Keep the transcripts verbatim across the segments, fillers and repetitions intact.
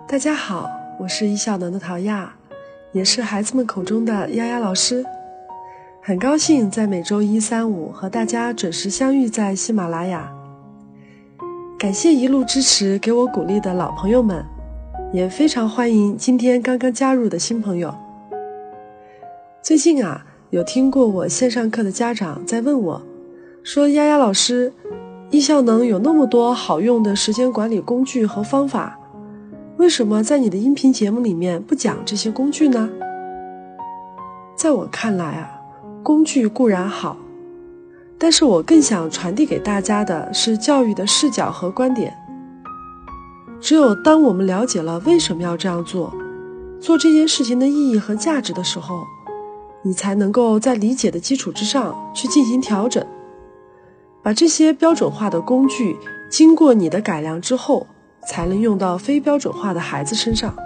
大家好，我是易效能的陶亚，也是孩子们口中的丫丫老师。很高兴在每周一、三、五和大家准时相遇在喜马拉雅。感谢一路支持给我鼓励的老朋友们，也非常欢迎今天刚刚加入的新朋友。最近啊，有听过我线上课的家长在问我，说丫丫老师，易效能有那么多好用的时间管理工具和方法，为什么在你的音频节目里面不讲这些工具呢？在我看来啊，工具固然好，但是我更想传递给大家的是教育的视角和观点。只有当我们了解了为什么要这样做，做这件事情的意义和价值的时候，你才能够在理解的基础之上去进行调整，把这些标准化的工具经过你的改良之后，才能用到非标准化的孩子身上。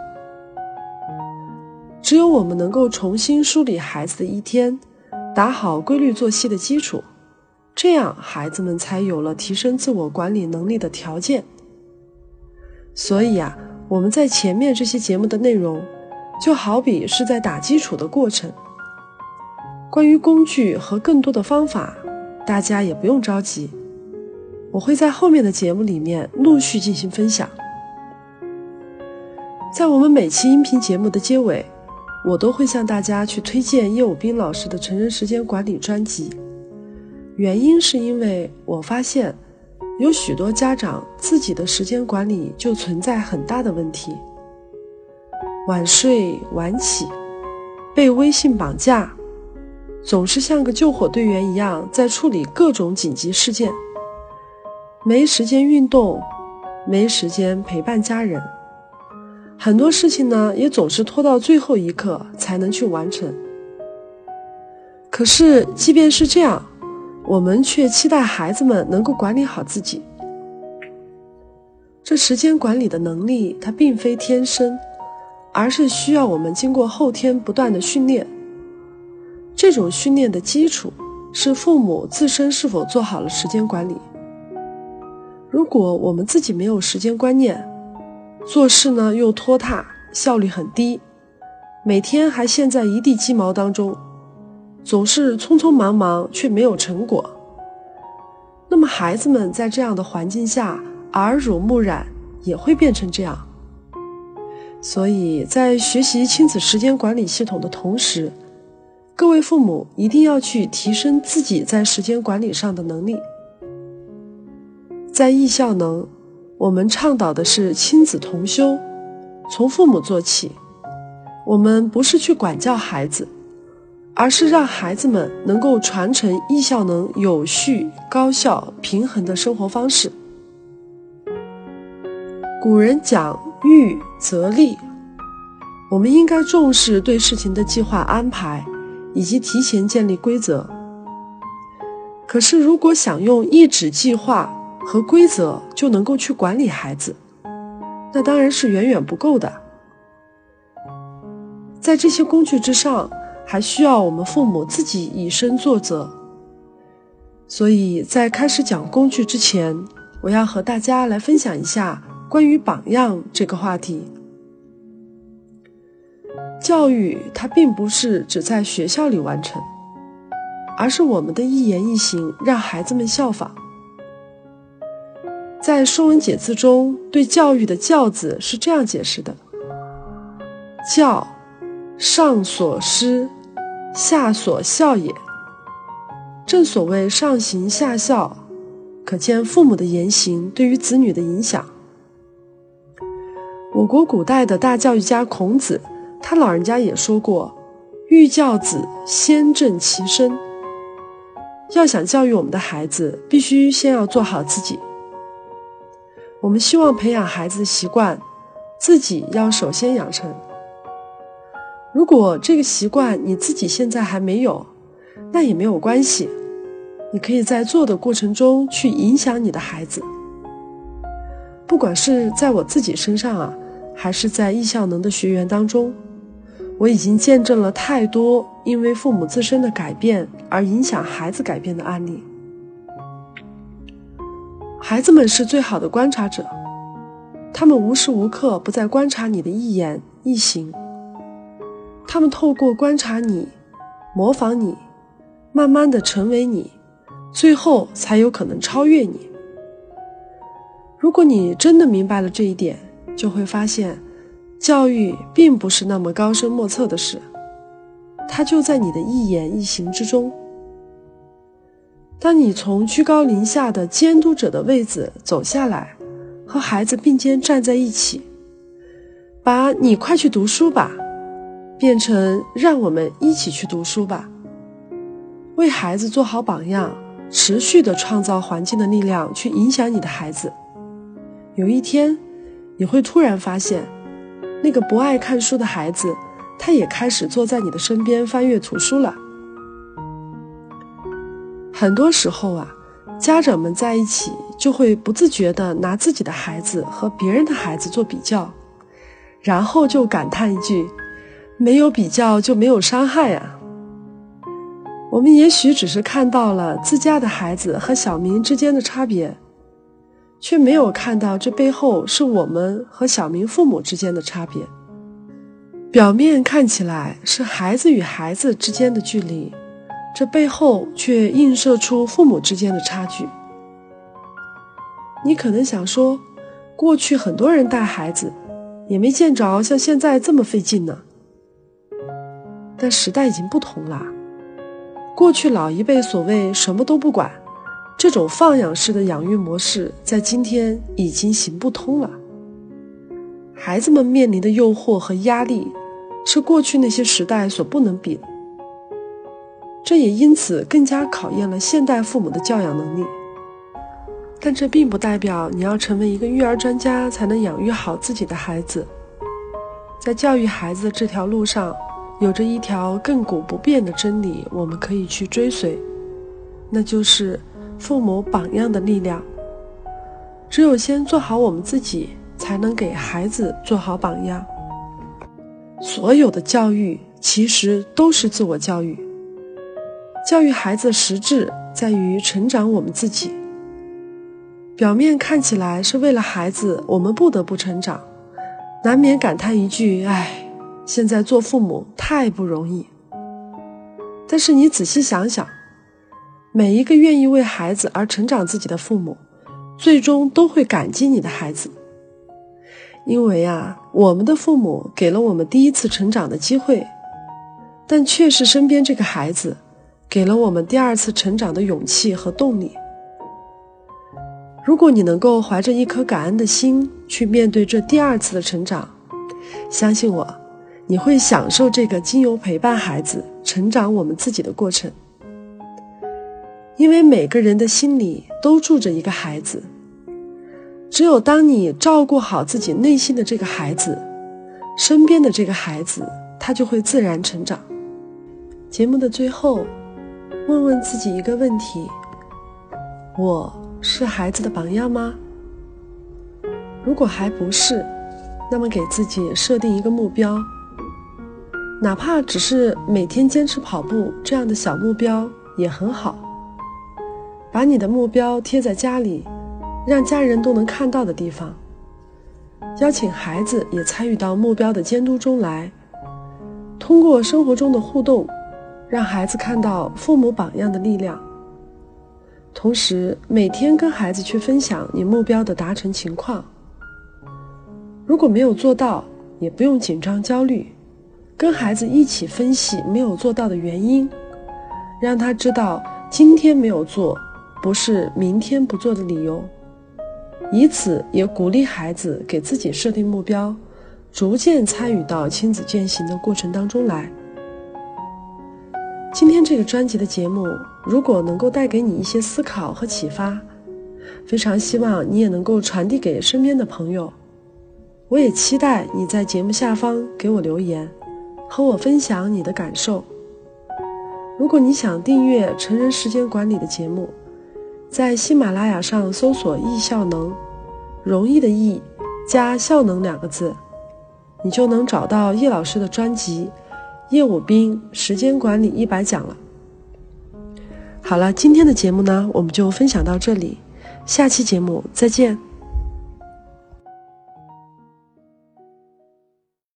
只有我们能够重新梳理孩子的一天，打好规律作息的基础，这样孩子们才有了提升自我管理能力的条件。所以啊，我们在前面这些节目的内容，就好比是在打基础的过程。关于工具和更多的方法，大家也不用着急，我会在后面的节目里面陆续进行分享。在我们每期音频节目的结尾，我都会向大家去推荐叶武斌老师的成人时间管理专辑。原因是因为我发现有许多家长自己的时间管理就存在很大的问题，晚睡晚起，被微信绑架，总是像个救火队员一样在处理各种紧急事件，没时间运动，没时间陪伴家人，很多事情呢也总是拖到最后一刻才能去完成。可是即便是这样，我们却期待孩子们能够管理好自己。这时间管理的能力它并非天生，而是需要我们经过后天不断的训练。这种训练的基础是父母自身是否做好了时间管理。如果我们自己没有时间观念，做事呢又拖沓，效率很低，每天还陷在一地鸡毛当中，总是匆匆忙忙却没有成果，那么孩子们在这样的环境下耳濡目染，也会变成这样。所以在学习亲子时间管理系统的同时，各位父母一定要去提升自己在时间管理上的能力。在易效能，我们倡导的是亲子同修，从父母做起。我们不是去管教孩子，而是让孩子们能够传承易效能有序、高效、平衡的生活方式。古人讲预则立，我们应该重视对事情的计划安排，以及提前建立规则。可是如果想用一纸计划和规则就能够去管理孩子，那当然是远远不够的。在这些工具之上，还需要我们父母自己以身作则。所以在开始讲工具之前，我要和大家来分享一下关于榜样这个话题。教育它并不是只在学校里完成，而是我们的一言一行让孩子们效仿。在《说文解字》中，对教育的教字是这样解释的：教，上所施，下所效也。正所谓上行下效，可见父母的言行对于子女的影响。我国古代的大教育家孔子，他老人家也说过，欲教子，先正其身。要想教育我们的孩子，必须先要做好自己。我们希望培养孩子的习惯，自己要首先养成。如果这个习惯你自己现在还没有，那也没有关系，你可以在做的过程中去影响你的孩子。不管是在我自己身上啊，还是在易效能的学员当中，我已经见证了太多因为父母自身的改变而影响孩子改变的案例。孩子们是最好的观察者， 他们无时无刻不在观察你的一言一行，他们透过观察你，模仿你，慢慢的成为你，最后才有可能超越你。如果你真的明白了这一点，就会发现教育并不是那么高深莫测的事，它就在你的一言一行之中。当你从居高临下的监督者的位子走下来，和孩子并肩站在一起，把你快去读书吧变成让我们一起去读书吧，为孩子做好榜样，持续的创造环境的力量去影响你的孩子。有一天你会突然发现，那个不爱看书的孩子，他也开始坐在你的身边翻阅图书了。很多时候啊，家长们在一起就会不自觉地拿自己的孩子和别人的孩子做比较，然后就感叹一句，没有比较就没有伤害啊。我们也许只是看到了自家的孩子和小明之间的差别，却没有看到这背后是我们和小明父母之间的差别。表面看起来是孩子与孩子之间的距离，这背后却映射出父母之间的差距。你可能想说，过去很多人带孩子，也没见着像现在这么费劲呢。但时代已经不同了，过去老一辈所谓什么都不管，这种放养式的养育模式在今天已经行不通了。孩子们面临的诱惑和压力是过去那些时代所不能比的，这也因此更加考验了现代父母的教养能力。但这并不代表你要成为一个育儿专家才能养育好自己的孩子。在教育孩子的这条路上，有着一条亘古不变的真理，我们可以去追随，那就是父母榜样的力量。只有先做好我们自己，才能给孩子做好榜样。所有的教育其实都是自我教育，教育孩子的实质在于成长我们自己。表面看起来是为了孩子，我们不得不成长，难免感叹一句，唉，现在做父母太不容易。但是你仔细想想，每一个愿意为孩子而成长自己的父母，最终都会感激你的孩子。因为啊，我们的父母给了我们第一次成长的机会，但却是身边这个孩子给了我们第二次成长的勇气和动力。如果你能够怀着一颗感恩的心去面对这第二次的成长，相信我，你会享受这个经由陪伴孩子成长我们自己的过程。因为每个人的心里都住着一个孩子，只有当你照顾好自己内心的这个孩子，身边的这个孩子他就会自然成长。节目的最后，问问自己一个问题，我是孩子的榜样吗？如果还不是，那么给自己设定一个目标，哪怕只是每天坚持跑步这样的小目标也很好。把你的目标贴在家里，让家人都能看到的地方，邀请孩子也参与到目标的监督中来，通过生活中的互动，让孩子看到父母榜样的力量。同时每天跟孩子去分享你目标的达成情况，如果没有做到，也不用紧张焦虑，跟孩子一起分析没有做到的原因，让他知道今天没有做不是明天不做的理由，以此也鼓励孩子给自己设定目标，逐渐参与到亲子践行的过程当中来。今天这个专辑的节目如果能够带给你一些思考和启发，非常希望你也能够传递给身边的朋友。我也期待你在节目下方给我留言，和我分享你的感受。如果你想订阅成人时间管理的节目，在喜马拉雅上搜索易效能，容易的易加效能两个字，你就能找到易老师的专辑叶武斌时间管理一百讲了。好了，今天的节目呢，我们就分享到这里，下期节目再见。